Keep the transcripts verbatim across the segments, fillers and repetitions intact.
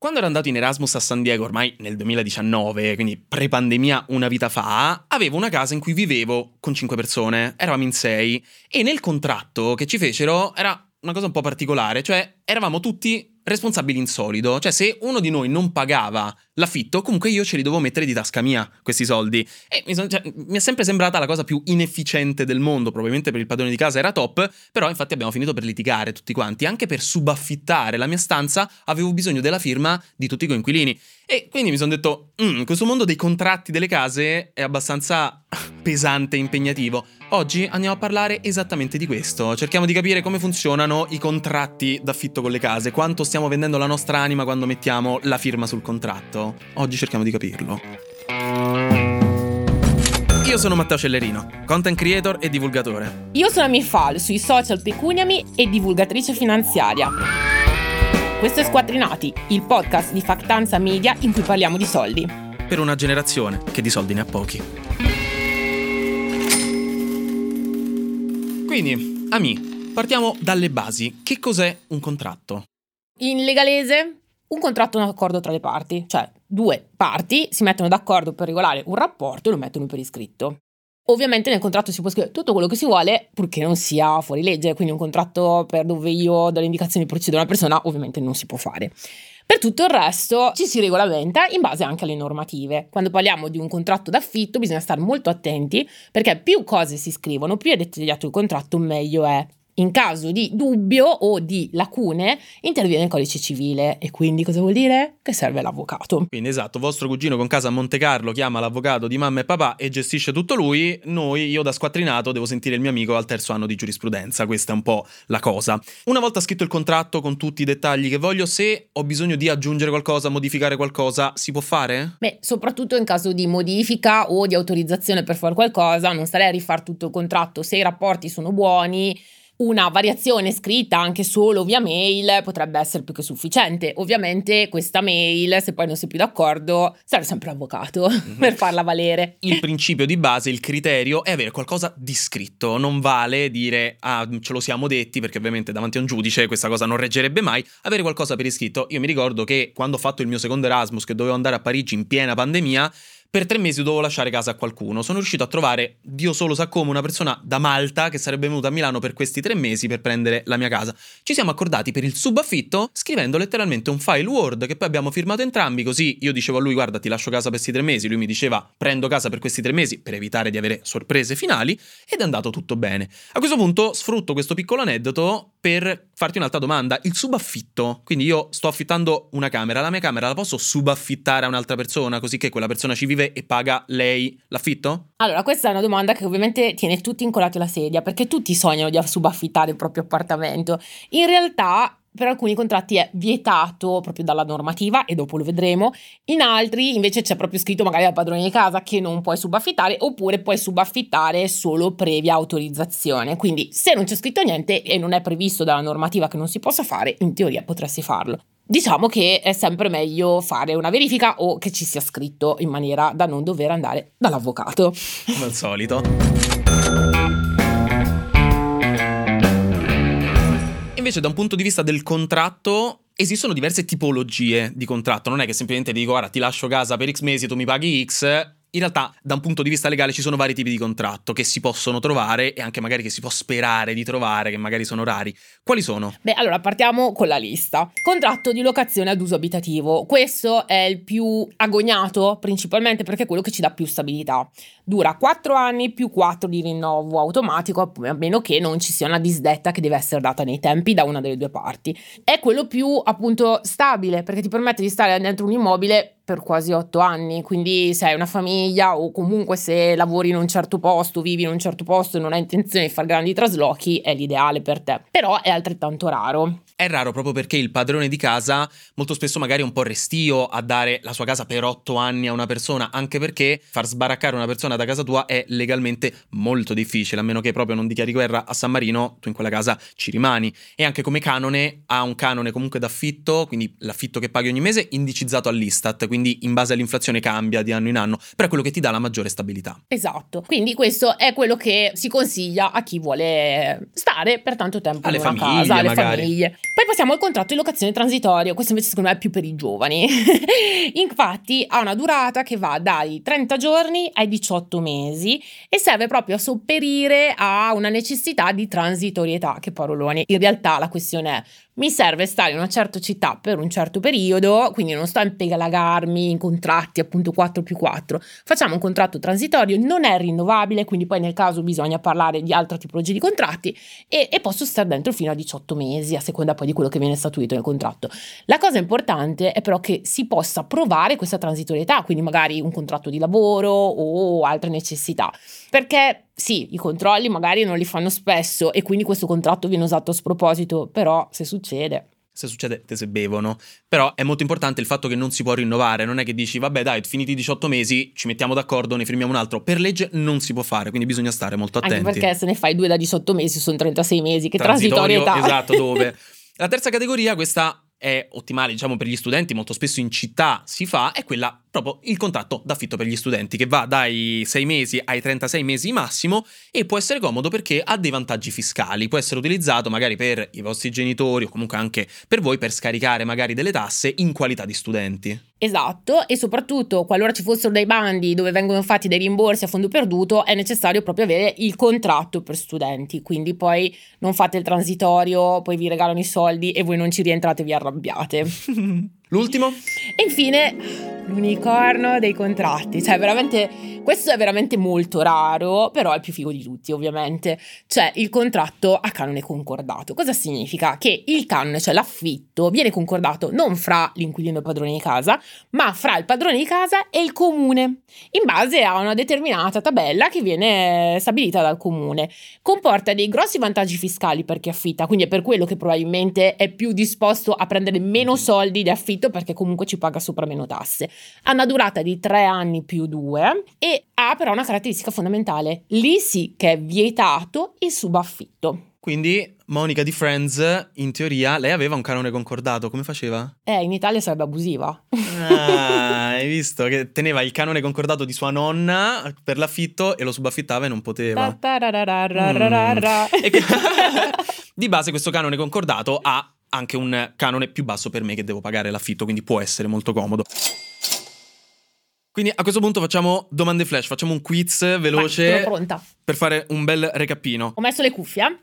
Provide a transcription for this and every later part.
Quando ero andato in Erasmus a San Diego, ormai nel duemiladiciannove, quindi pre-pandemia una vita fa, avevo una casa in cui vivevo con cinque persone, eravamo in sei, e nel contratto che ci fecero era una cosa un po' particolare, cioè eravamo tutti responsabili in solido, cioè se uno di noi non pagava l'affitto, comunque io ce li dovevo mettere di tasca mia questi soldi, e mi, son, cioè, mi è sempre sembrata la cosa più inefficiente del mondo. Probabilmente per il padrone di casa era top, però infatti abbiamo finito per litigare tutti quanti. Anche per subaffittare la mia stanza avevo bisogno della firma di tutti i coinquilini, e quindi mi sono detto mm, questo mondo dei contratti delle case è abbastanza pesante e impegnativo. Oggi andiamo a parlare esattamente di questo. Cerchiamo di capire come funzionano i contratti d'affitto con le case, quanto stiamo vendendo la nostra anima quando mettiamo la firma sul contratto. Oggi cerchiamo di capirlo. Io sono Matteo Cellerino, content creator e divulgatore. Io sono Mifal, sui social Pecuniami e divulgatrice finanziaria. Questo è Squattrinati, il podcast di Factanza Media in cui parliamo di soldi. Per una generazione che di soldi ne ha pochi. Quindi, Ami, partiamo dalle basi. Che cos'è un contratto? In legalese, un contratto è un accordo tra le parti, cioè due parti si mettono d'accordo per regolare un rapporto e lo mettono per iscritto. Ovviamente nel contratto si può scrivere tutto quello che si vuole, purché non sia fuori legge, quindi un contratto per dove io do le indicazioni di procedere a una persona ovviamente non si può fare. Per tutto il resto ci si regolamenta in base anche alle normative. Quando parliamo di un contratto d'affitto bisogna stare molto attenti, perché più cose si scrivono, più è dettagliato il contratto, meglio è. In caso di dubbio o di lacune interviene il codice civile, e quindi cosa vuol dire? Che serve l'avvocato. Quindi esatto, vostro cugino con casa a Monte Carlo chiama l'avvocato di mamma e papà e gestisce tutto lui. Noi, io da squattrinato, devo sentire il mio amico al terzo anno di giurisprudenza. Questa è un po' la cosa. Una volta scritto il contratto con tutti i dettagli che voglio, se ho bisogno di aggiungere qualcosa, modificare qualcosa, si può fare? Beh, soprattutto in caso di modifica o di autorizzazione per fare qualcosa, non starei a rifare tutto il contratto. Se i rapporti sono buoni, una variazione scritta anche solo via mail potrebbe essere più che sufficiente. Ovviamente questa mail, se poi non sei più d'accordo, serve sempre l'avvocato mm-hmm. per farla valere. Il principio di base, il criterio è avere qualcosa di scritto. Non vale dire ah ce lo siamo detti, perché ovviamente davanti a un giudice questa cosa non reggerebbe mai. Avere qualcosa per iscritto. Io mi ricordo che quando ho fatto il mio secondo Erasmus, che dovevo andare a Parigi in piena pandemia, per tre mesi dovevo lasciare casa a qualcuno. Sono riuscito a trovare, Dio solo sa come, una persona da Malta che sarebbe venuta a Milano per questi tre mesi per prendere la mia casa. Ci siamo accordati per il subaffitto scrivendo letteralmente un file Word che poi abbiamo firmato entrambi, così io dicevo a lui guarda ti lascio casa per questi tre mesi, lui mi diceva prendo casa per questi tre mesi per evitare di avere sorprese finali, ed è andato tutto bene. A questo punto sfrutto questo piccolo aneddoto per farti un'altra domanda. Il subaffitto, quindi io sto affittando una camera, la mia camera la posso subaffittare a un'altra persona così che quella persona ci vive e paga lei l'affitto? Allora, questa è una domanda che ovviamente tiene tutti incollati alla sedia, perché tutti sognano di subaffittare il proprio appartamento. In realtà, per alcuni contratti è vietato proprio dalla normativa, e dopo lo vedremo. In altri invece c'è proprio scritto magari al padrone di casa che non puoi subaffittare, oppure puoi subaffittare solo previa autorizzazione. Quindi se non c'è scritto niente e non è previsto dalla normativa che non si possa fare, in teoria potresti farlo. Diciamo che è sempre meglio fare una verifica o che ci sia scritto, in maniera da non dover andare dall'avvocato. Come al solito. Invece da un punto di vista del contratto esistono diverse tipologie di contratto. Non è che semplicemente ti dico guarda ti lascio casa per X mesi, tu mi paghi X. In realtà, da un punto di vista legale ci sono vari tipi di contratto che si possono trovare e anche magari che si può sperare di trovare, che magari sono rari. Quali sono? Beh, allora partiamo con la lista. Contratto di locazione ad uso abitativo. Questo è il più agognato, principalmente perché è quello che ci dà più stabilità. Dura quattro anni più quattro di rinnovo automatico, a meno che non ci sia una disdetta che deve essere data nei tempi da una delle due parti. È quello più appunto stabile, perché ti permette di stare dentro un immobile per quasi otto anni, quindi se hai una famiglia o comunque se lavori in un certo posto, vivi in un certo posto e non hai intenzione di fare grandi traslochi, è l'ideale per te. Però è altrettanto raro. È raro proprio perché il padrone di casa molto spesso magari è un po' restio a dare la sua casa per otto anni a una persona, anche perché far sbaraccare una persona da casa tua è legalmente molto difficile, a meno che proprio non dichiari guerra a San Marino, tu in quella casa ci rimani. E anche come canone ha un canone comunque d'affitto, quindi l'affitto che paghi ogni mese indicizzato all'Istat, quindi in base all'inflazione cambia di anno in anno, però è quello che ti dà la maggiore stabilità. Esatto, quindi questo è quello che si consiglia a chi vuole stare per tanto tempo alle in una famiglie, casa, alle magari. famiglie. Poi passiamo al contratto di locazione transitorio, questo invece secondo me è più per i giovani. Infatti ha una durata che va dai trenta giorni ai diciotto mesi e serve proprio a sopperire a una necessità di transitorietà, che paroloni. In realtà la questione è: mi serve stare in una certa città per un certo periodo, quindi non sto a impegalagarmi in contratti appunto quattro più quattro. Facciamo un contratto transitorio, non è rinnovabile, quindi poi nel caso bisogna parlare di altra tipologia di contratti e, e posso stare dentro fino a diciotto mesi, a seconda poi di quello che viene statuito nel contratto. La cosa importante è però che si possa provare questa transitorietà, quindi magari un contratto di lavoro o altre necessità, perché sì, i controlli magari non li fanno spesso e quindi questo contratto viene usato a sproposito, però se succede... Se succede, te se bevono. Però è molto importante il fatto che non si può rinnovare. Non è che dici, vabbè dai, finiti i diciotto mesi, ci mettiamo d'accordo, ne firmiamo un altro. Per legge non si può fare, quindi bisogna stare molto attenti. Anche perché se ne fai due da diciotto mesi sono trentasei mesi, che Transitorio, transitorietà. esatto, dove? La terza categoria, questa è ottimale diciamo per gli studenti, molto spesso in città si fa, è quella proprio il contratto d'affitto per gli studenti, che va dai sei mesi ai trentasei mesi massimo e può essere comodo perché ha dei vantaggi fiscali, può essere utilizzato magari per i vostri genitori o comunque anche per voi per scaricare magari delle tasse in qualità di studenti. Esatto, e soprattutto qualora ci fossero dei bandi dove vengono fatti dei rimborsi a fondo perduto è necessario proprio avere il contratto per studenti, quindi poi non fate il transitorio, poi vi regalano i soldi e voi non ci rientrate, vi arrabbiate. L'ultimo? E infine l'unicorno dei contratti, cioè veramente questo è veramente molto raro, però è il più figo di tutti ovviamente, cioè il contratto a canone concordato. Cosa significa? Che il canone, cioè l'affitto, viene concordato non fra l'inquilino e il padrone di casa, ma fra il padrone di casa e il comune, in base a una determinata tabella che viene stabilita dal comune. Comporta dei grossi vantaggi fiscali per chi affitta, quindi è per quello che probabilmente è più disposto a prendere meno soldi di affitto, perché comunque ci paga sopra meno tasse. Ha una durata di tre anni più due e ha però una caratteristica fondamentale: lì sì che è vietato il subaffitto. Quindi Monica di Friends, in teoria, lei aveva un canone concordato, come faceva? Eh, in Italia sarebbe abusiva. Ah, hai visto che teneva il canone concordato di sua nonna per l'affitto e lo subaffittava e non poteva. Mm. E che... Di base questo canone concordato ha anche un canone più basso per me che devo pagare l'affitto, quindi può essere molto comodo. Quindi a questo punto facciamo domande flash, facciamo un quiz veloce. Vai, sono pronta. Per fare un bel recapino. Ho messo le cuffie.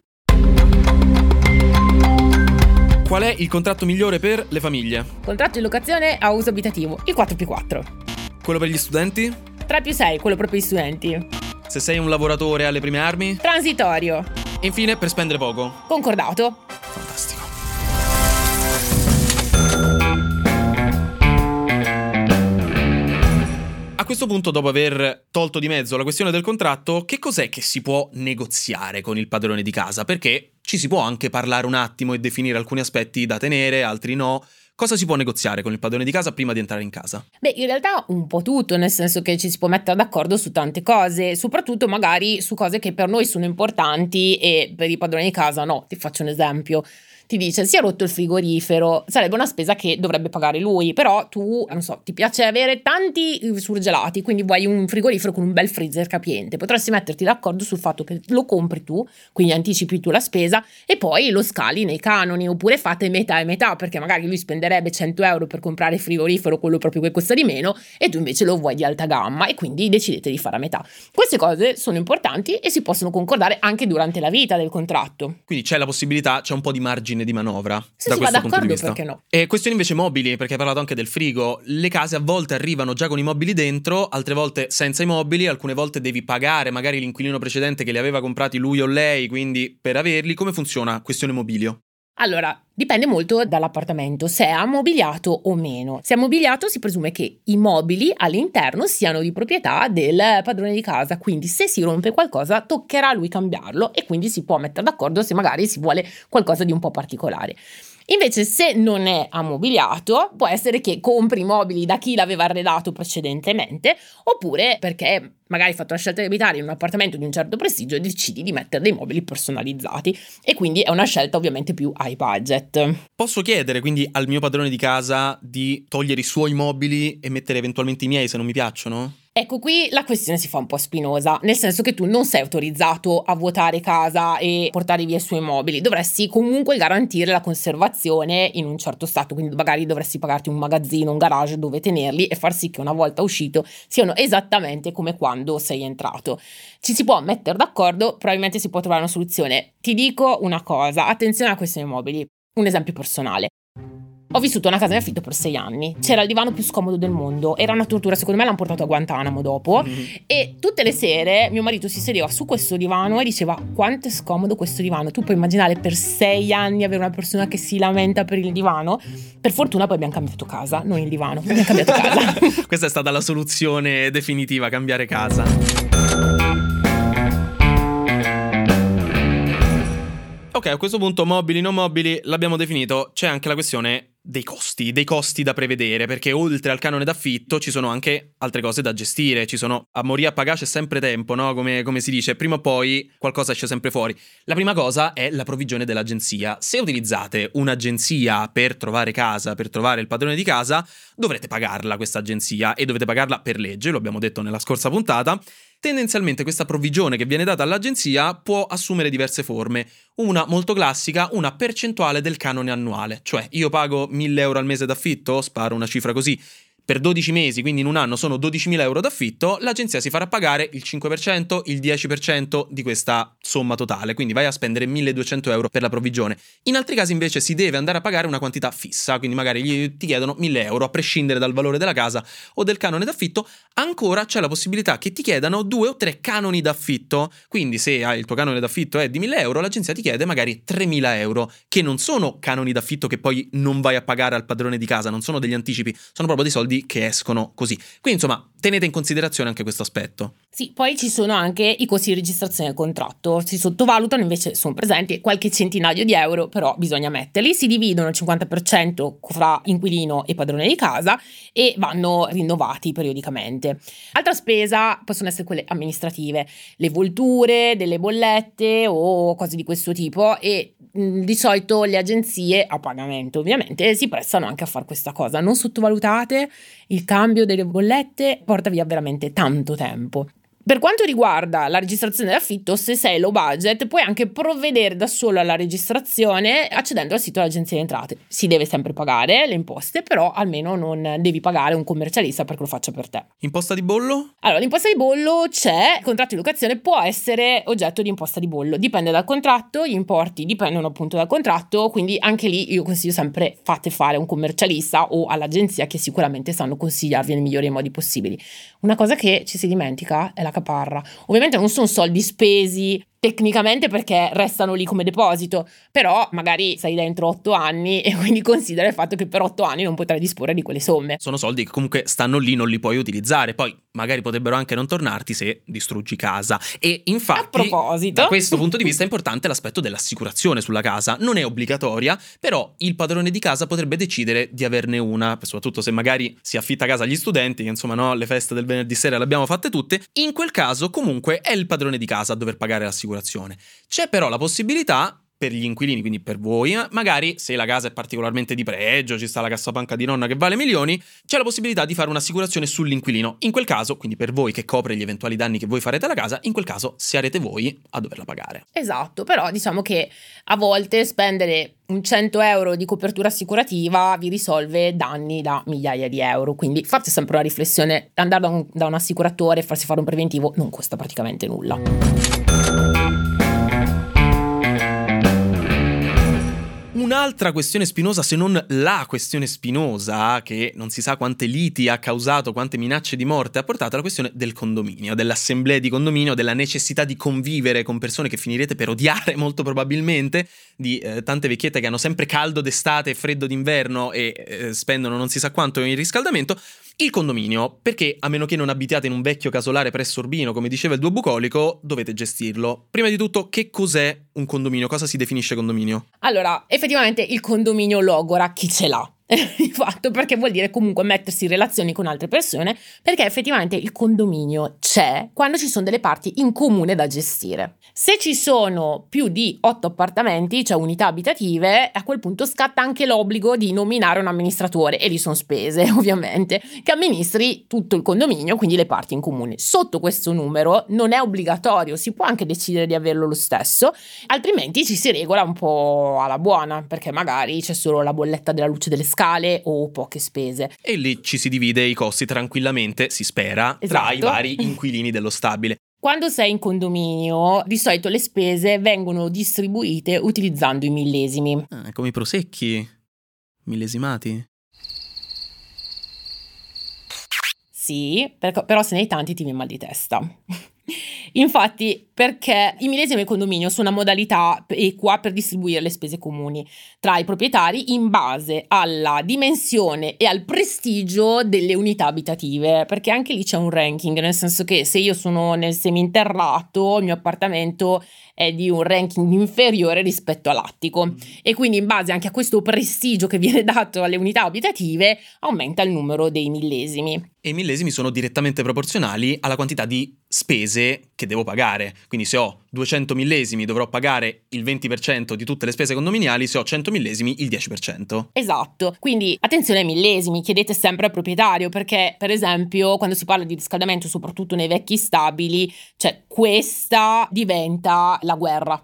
Qual è il contratto migliore per le famiglie? Contratto di locazione a uso abitativo, il quattro più quattro. Quello per gli studenti? tre più sei, quello proprio per gli studenti. Se sei un lavoratore alle prime armi? Transitorio. E infine per spendere poco? Concordato. Fantastico. A questo punto, dopo aver tolto di mezzo la questione del contratto, che cos'è che si può negoziare con il padrone di casa? Perché ci si può anche parlare un attimo e definire alcuni aspetti da tenere, altri no. Cosa si può negoziare con il padrone di casa prima di entrare in casa? Beh, in realtà un po' tutto, nel senso che ci si può mettere d'accordo su tante cose, soprattutto magari su cose che per noi sono importanti e per il padrone di casa no. Ti faccio un esempio. Ti dice: si è rotto il frigorifero, sarebbe una spesa che dovrebbe pagare lui, però tu, non so, ti piace avere tanti surgelati, quindi vuoi un frigorifero con un bel freezer capiente, potresti metterti d'accordo sul fatto che lo compri tu, quindi anticipi tu la spesa e poi lo scali nei canoni, oppure fate metà e metà, perché magari lui spenderebbe cento euro per comprare il frigorifero, quello proprio che costa di meno, e tu invece lo vuoi di alta gamma e quindi decidete di fare a metà. Queste cose sono importanti e si possono concordare anche durante la vita del contratto. Quindi c'è la possibilità, c'è un po' di margine di manovra se da si questo va punto di d'accordo, vista. Perché no? E questioni invece mobili, perché hai parlato anche del frigo. Le case a volte arrivano già con i mobili dentro, altre volte senza i mobili, alcune volte devi pagare magari l'inquilino precedente che li aveva comprati lui o lei, quindi per averli. Come funziona questione mobilio? Allora, dipende molto dall'appartamento, se è ammobiliato o meno. Se è ammobiliato si presume che i mobili all'interno siano di proprietà del padrone di casa, quindi se si rompe qualcosa toccherà a lui cambiarlo e quindi si può mettere d'accordo se magari si vuole qualcosa di un po' particolare. Invece se non è ammobiliato può essere che compri i mobili da chi l'aveva arredato precedentemente, oppure perché magari hai fatto la scelta di abitare in un appartamento di un certo prestigio e decidi di mettere dei mobili personalizzati e quindi è una scelta ovviamente più high budget. Posso chiedere quindi al mio padrone di casa di togliere i suoi mobili e mettere eventualmente i miei se non mi piacciono? È Ecco, qui la questione si fa un po' spinosa, nel senso che tu non sei autorizzato a vuotare casa e portare via i suoi mobili, dovresti comunque garantire la conservazione in un certo stato, quindi magari dovresti pagarti un magazzino, un garage dove tenerli e far sì che una volta uscito siano esattamente come quando sei entrato. Ci si può mettere d'accordo, probabilmente si può trovare una soluzione. Ti dico una cosa, attenzione a questi mobili, un esempio personale. Ho vissuto una casa in affitto per sei anni, c'era il divano più scomodo del mondo, era una tortura, secondo me l'hanno portato a Guantanamo dopo, mm-hmm. E tutte le sere mio marito si sedeva su questo divano e diceva quanto è scomodo questo divano. Tu puoi immaginare per sei anni avere una persona che si lamenta per il divano? Per fortuna poi abbiamo cambiato casa, non il divano, abbiamo cambiato casa. Questa è stata la soluzione definitiva, cambiare casa. Ok, a questo punto mobili, non mobili, l'abbiamo definito, c'è anche la questione dei costi, dei costi da prevedere, perché oltre al canone d'affitto ci sono anche altre cose da gestire, ci sono a morire a pagare c'è sempre tempo, no? Come, come si dice, prima o poi qualcosa esce sempre fuori. La prima cosa è la provvigione dell'agenzia. Se utilizzate un'agenzia per trovare casa, per trovare il padrone di casa, dovrete pagarla questa agenzia e dovete pagarla per legge, lo abbiamo detto nella scorsa puntata. Tendenzialmente questa provvigione che viene data all'agenzia può assumere diverse forme. Una molto classica, una percentuale del canone annuale, cioè io pago mille euro al mese d'affitto, sparo una cifra così, per dodici mesi, quindi in un anno sono dodicimila euro d'affitto, l'agenzia si farà pagare il cinque per cento, il dieci per cento di questa somma totale, quindi vai a spendere milleduecento euro per la provvigione. In altri casi invece si deve andare a pagare una quantità fissa, quindi magari gli, ti chiedono mille euro, a prescindere dal valore della casa o del canone d'affitto. Ancora c'è la possibilità che ti chiedano due o tre canoni d'affitto, quindi se il tuo canone d'affitto è di mille euro, l'agenzia ti chiede magari tremila euro, che non sono canoni d'affitto che poi non vai a pagare al padrone di casa, non sono degli anticipi, sono proprio dei soldi che escono così. Quindi insomma tenete in considerazione anche questo aspetto. Sì, poi ci sono anche i costi di registrazione del contratto, si sottovalutano, invece sono presenti qualche centinaio di euro, però bisogna metterli, si dividono il cinquanta per cento fra inquilino e padrone di casa e vanno rinnovati periodicamente. Altra spesa possono essere quelle amministrative, le volture delle bollette o cose di questo tipo, e mh, di solito le agenzie a pagamento ovviamente si prestano anche a fare questa cosa. Non sottovalutate, il cambio delle bollette porta via veramente tanto tempo. Per quanto riguarda la registrazione dell'affitto, se sei low budget puoi anche provvedere da solo alla registrazione accedendo al sito dell'agenzia di entrate. Si deve sempre pagare le imposte, però almeno non devi pagare un commercialista perché lo faccia per te. Imposta di bollo? Allora, l'imposta di bollo c'è, il contratto di locazione può essere oggetto di imposta di bollo, dipende dal contratto, gli importi dipendono appunto dal contratto, quindi anche lì io consiglio sempre fate fare un commercialista o all'agenzia che sicuramente sanno consigliarvi nei migliori modi possibili. Una cosa che ci si dimentica è la caparra. Ovviamente non sono soldi spesi tecnicamente perché restano lì come deposito, però magari sei dentro otto anni e quindi considera il fatto che per otto anni non potrai disporre di quelle somme. Sono soldi che comunque stanno lì, non li puoi utilizzare, poi magari potrebbero anche non tornarti se distruggi casa. E infatti, a proposito, da questo punto di vista è importante l'aspetto dell'assicurazione sulla casa. Non è obbligatoria, però il padrone di casa potrebbe decidere di averne una, soprattutto se magari si affitta casa agli studenti, che insomma no, le feste del venerdì sera le abbiamo fatte tutte. In quel caso comunque è il padrone di casa a dover pagare l'assicurazione. C'è però la possibilità per gli inquilini, quindi per voi, magari se la casa è particolarmente di pregio, ci sta la cassapanca di nonna che vale milioni, c'è la possibilità di fare un'assicurazione sull'inquilino. In quel caso, quindi per voi, che copre gli eventuali danni che voi farete alla casa, in quel caso sarete voi a doverla pagare. Esatto, però diciamo che a volte spendere un cento euro di copertura assicurativa vi risolve danni da migliaia di euro, quindi fate sempre una riflessione, andare da un, da un assicuratore e farsi fare un preventivo non costa praticamente nulla. Un'altra questione spinosa, se non la questione spinosa, che non si sa quante liti ha causato, quante minacce di morte ha portato, è la questione del condominio, dell'assemblea di condominio, della necessità di convivere con persone che finirete per odiare molto probabilmente, di eh, tante vecchiette che hanno sempre caldo d'estate e freddo d'inverno e eh, spendono non si sa quanto in riscaldamento. Il condominio, perché a meno che non abitiate in un vecchio casolare presso Urbino, come diceva il duo bucolico, dovete gestirlo. Prima di tutto, che cos'è un condominio? Cosa si definisce condominio? Allora, effettivamente il condominio logora chi ce l'ha. di fatto, perché vuol dire comunque mettersi in relazioni con altre persone, perché effettivamente il condominio c'è quando ci sono delle parti in comune da gestire. Se ci sono più di otto appartamenti, cioè unità abitative, a quel punto scatta anche l'obbligo di nominare un amministratore, e lì sono spese ovviamente, che amministri tutto il condominio, quindi le parti in comune. Sotto questo numero non è obbligatorio, si può anche decidere di averlo lo stesso, altrimenti ci si regola un po' alla buona, perché magari c'è solo la bolletta della luce delle scale o poche spese. E lì ci si divide i costi tranquillamente, si spera, Esatto. tra i vari inquilini dello stabile. Quando sei in condominio, di solito le spese vengono distribuite utilizzando i millesimi. Ah, come i prosecchi millesimati. Sì, per- però se ne hai tanti ti viene mal di testa. Infatti, perché i millesimi del condominio sono una modalità equa per distribuire le spese comuni tra i proprietari in base alla dimensione e al prestigio delle unità abitative, perché anche lì c'è un ranking, nel senso che se io sono nel seminterrato, il mio appartamento è di un ranking inferiore rispetto all'attico, e quindi in base anche a questo prestigio che viene dato alle unità abitative aumenta il numero dei millesimi. E i millesimi sono direttamente proporzionali alla quantità di spese che devo pagare. Quindi se ho duecento millesimi dovrò pagare il venti per cento di tutte le spese condominiali, se ho cento millesimi il dieci per cento. Esatto, quindi attenzione ai millesimi, chiedete sempre al proprietario, perché per esempio quando si parla di riscaldamento, soprattutto nei vecchi stabili, cioè questa diventa la guerra.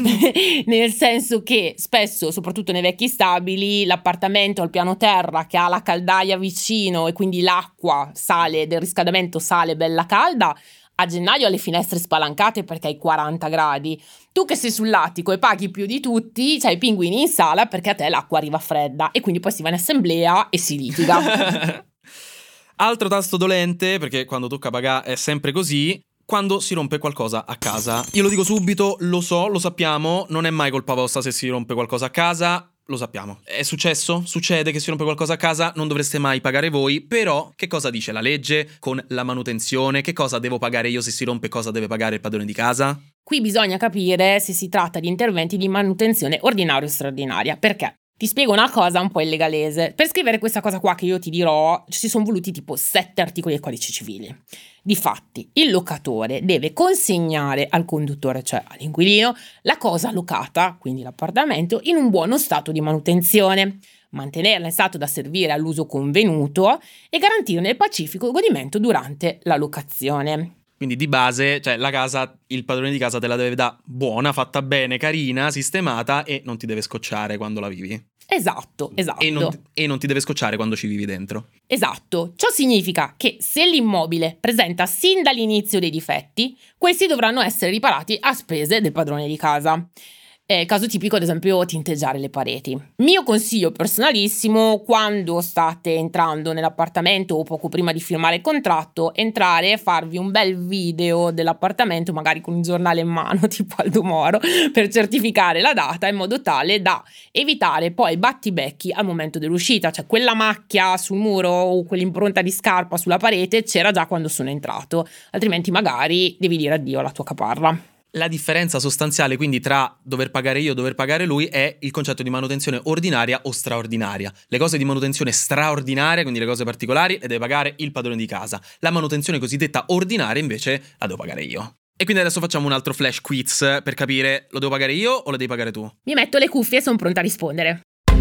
Nel senso che spesso, soprattutto nei vecchi stabili, l'appartamento al piano terra che ha la caldaia vicino e quindi l'acqua sale del riscaldamento sale bella calda, a gennaio ha le finestre spalancate perché hai quaranta gradi. Tu che sei sull'attico e paghi più di tutti, c'hai i pinguini in sala perché a te l'acqua arriva fredda, e quindi poi si va in assemblea e si litiga. Altro tasto dolente, perché quando tocca pagare è sempre così, quando si rompe qualcosa a casa. Io lo dico subito, lo so, lo sappiamo, non è mai colpa vostra se si rompe qualcosa a casa, lo sappiamo. È successo? Succede che si rompe qualcosa a casa, non dovreste mai pagare voi, però che cosa dice la legge con la manutenzione? Che cosa devo pagare io se si rompe, cosa deve pagare il padrone di casa? Qui bisogna capire se si tratta di interventi di manutenzione ordinaria o straordinaria. Perché? Ti spiego una cosa un po' illegalese. Per scrivere questa cosa qua che io ti dirò, ci sono voluti tipo sette articoli del codice civile. Difatti, il locatore deve consegnare al conduttore, cioè all'inquilino, la cosa locata, quindi l'appartamento, in un buono stato di manutenzione, mantenerla in stato da servire all'uso convenuto e garantirne il pacifico godimento durante la locazione. Quindi di base, cioè la casa, il padrone di casa te la deve dare buona, fatta bene, carina, sistemata, e non ti deve scocciare quando la vivi. Esatto, esatto. E non, e non ti deve scocciare quando ci vivi dentro. Esatto. Ciò significa che se l'immobile presenta sin dall'inizio dei difetti, questi dovranno essere riparati a spese del padrone di casa. È caso tipico, ad esempio, tinteggiare le pareti. Mio consiglio personalissimo, quando state entrando nell'appartamento o poco prima di firmare il contratto, entrare e farvi un bel video dell'appartamento, magari con un giornale in mano, tipo Aldo Moro, per certificare la data, in modo tale da evitare poi battibecchi al momento dell'uscita. Cioè quella macchia sul muro o quell'impronta di scarpa sulla parete c'era già quando sono entrato, altrimenti magari devi dire addio alla tua caparra. La differenza sostanziale quindi tra dover pagare io e dover pagare lui è il concetto di manutenzione ordinaria o straordinaria. Le cose di manutenzione straordinaria, quindi le cose particolari, le deve pagare il padrone di casa. La manutenzione cosiddetta ordinaria invece la devo pagare io. E quindi adesso facciamo un altro flash quiz per capire: lo devo pagare io o lo devi pagare tu? Mi metto le cuffie e sono pronta a rispondere.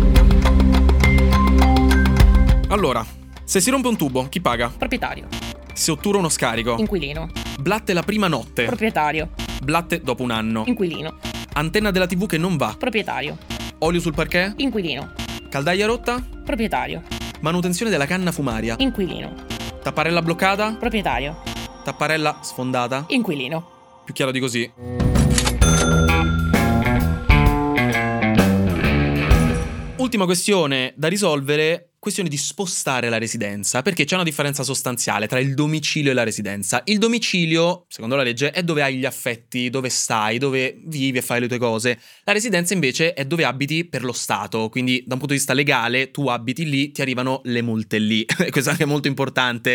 Allora, se si rompe un tubo, chi paga? Proprietario. Se otturo uno scarico. Inquilino. Blatte la prima notte. Proprietario. Blatte dopo un anno. Inquilino. Antenna della tivù che non va. Proprietario. Olio sul parquet. Inquilino. Caldaia rotta. Proprietario. Manutenzione della canna fumaria. Inquilino. Tapparella bloccata. Proprietario. Tapparella sfondata. Inquilino. Più chiaro di così. Ultima questione da risolvere, questione di spostare la residenza, perché c'è una differenza sostanziale tra il domicilio e la residenza. Il domicilio, secondo la legge, è dove hai gli affetti, dove stai, dove vivi e fai le tue cose. La residenza invece è dove abiti per lo Stato, quindi da un punto di vista legale tu abiti lì, ti arrivano le multe lì. Questo è anche molto importante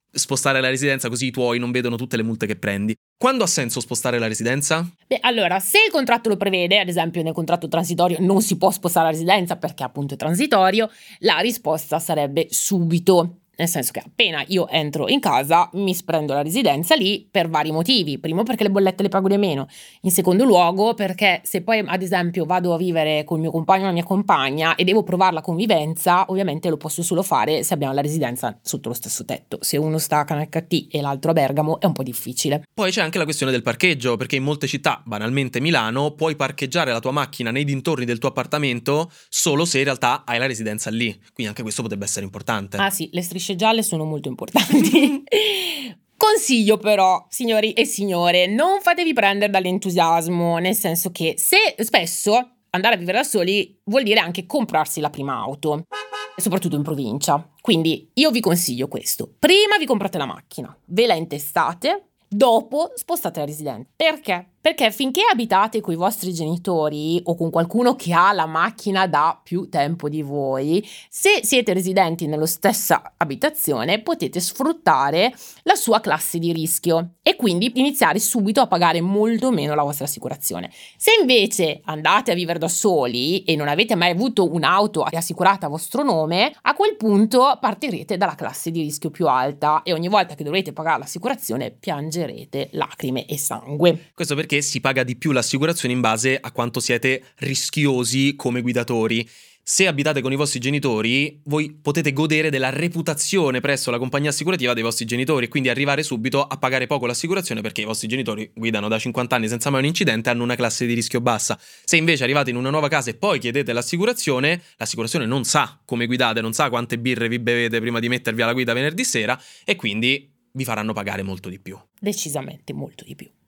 spostare la residenza così i tuoi non vedono tutte le multe che prendi. Quando ha senso spostare la residenza? Beh, allora, se il contratto lo prevede, ad esempio nel contratto transitorio non si può spostare la residenza perché appunto è transitorio, la risposta sarebbe subito. Nel senso che appena io entro in casa mi sprendo la residenza lì per vari motivi. Primo, perché le bollette le pago di meno. In secondo luogo, perché se poi ad esempio vado a vivere con il mio compagno o la mia compagna e devo provare la convivenza, ovviamente lo posso solo fare se abbiamo la residenza sotto lo stesso tetto. Se uno sta a Canaccatì e l'altro a Bergamo è un po' difficile. Poi c'è anche la questione del parcheggio, perché in molte città, banalmente Milano, puoi parcheggiare la tua macchina nei dintorni del tuo appartamento solo se in realtà hai la residenza lì. Quindi anche questo potrebbe essere importante. Ah sì, le strisce gialle sono molto importanti. Consiglio però, signori e signore, non fatevi prendere dall'entusiasmo, nel senso che se spesso andare a vivere da soli vuol dire anche comprarsi la prima auto, soprattutto in provincia. Quindi io vi consiglio questo: prima vi comprate la macchina, ve la intestate, dopo spostate la residenza. Perché? Perché finché abitate con i vostri genitori o con qualcuno che ha la macchina da più tempo di voi, se siete residenti nella stessa abitazione potete sfruttare la sua classe di rischio e quindi iniziare subito a pagare molto meno la vostra assicurazione. Se invece andate a vivere da soli e non avete mai avuto un'auto assicurata a vostro nome, a quel punto partirete dalla classe di rischio più alta e ogni volta che dovrete pagare l'assicurazione piangerete lacrime e sangue. Questo perché si paga di più l'assicurazione in base a quanto siete rischiosi come guidatori. Se abitate con i vostri genitori, voi potete godere della reputazione presso la compagnia assicurativa dei vostri genitori, quindi arrivare subito a pagare poco l'assicurazione perché i vostri genitori guidano da cinquanta anni senza mai un incidente e hanno una classe di rischio bassa. Se invece arrivate in una nuova casa e poi chiedete l'assicurazione, l'assicurazione non sa come guidate, non sa quante birre vi bevete prima di mettervi alla guida venerdì sera e quindi vi faranno pagare molto di più. Decisamente molto di più.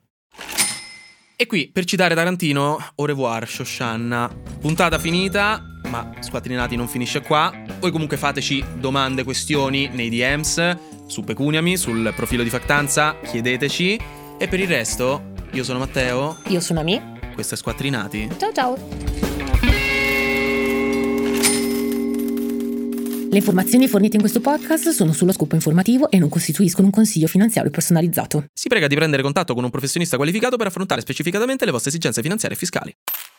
E qui, per citare Tarantino, au revoir, Shoshanna. Puntata finita, ma Squattrinati non finisce qua. Voi comunque fateci domande, questioni nei D Ms, su Pecuniami, sul profilo di Factanza, chiedeteci. E per il resto, io sono Matteo. Io sono Ami. Questo è Squattrinati. Ciao ciao. Le informazioni fornite in questo podcast sono solo a scopo informativo e non costituiscono un consiglio finanziario personalizzato. Si prega di prendere contatto con un professionista qualificato per affrontare specificatamente le vostre esigenze finanziarie e fiscali.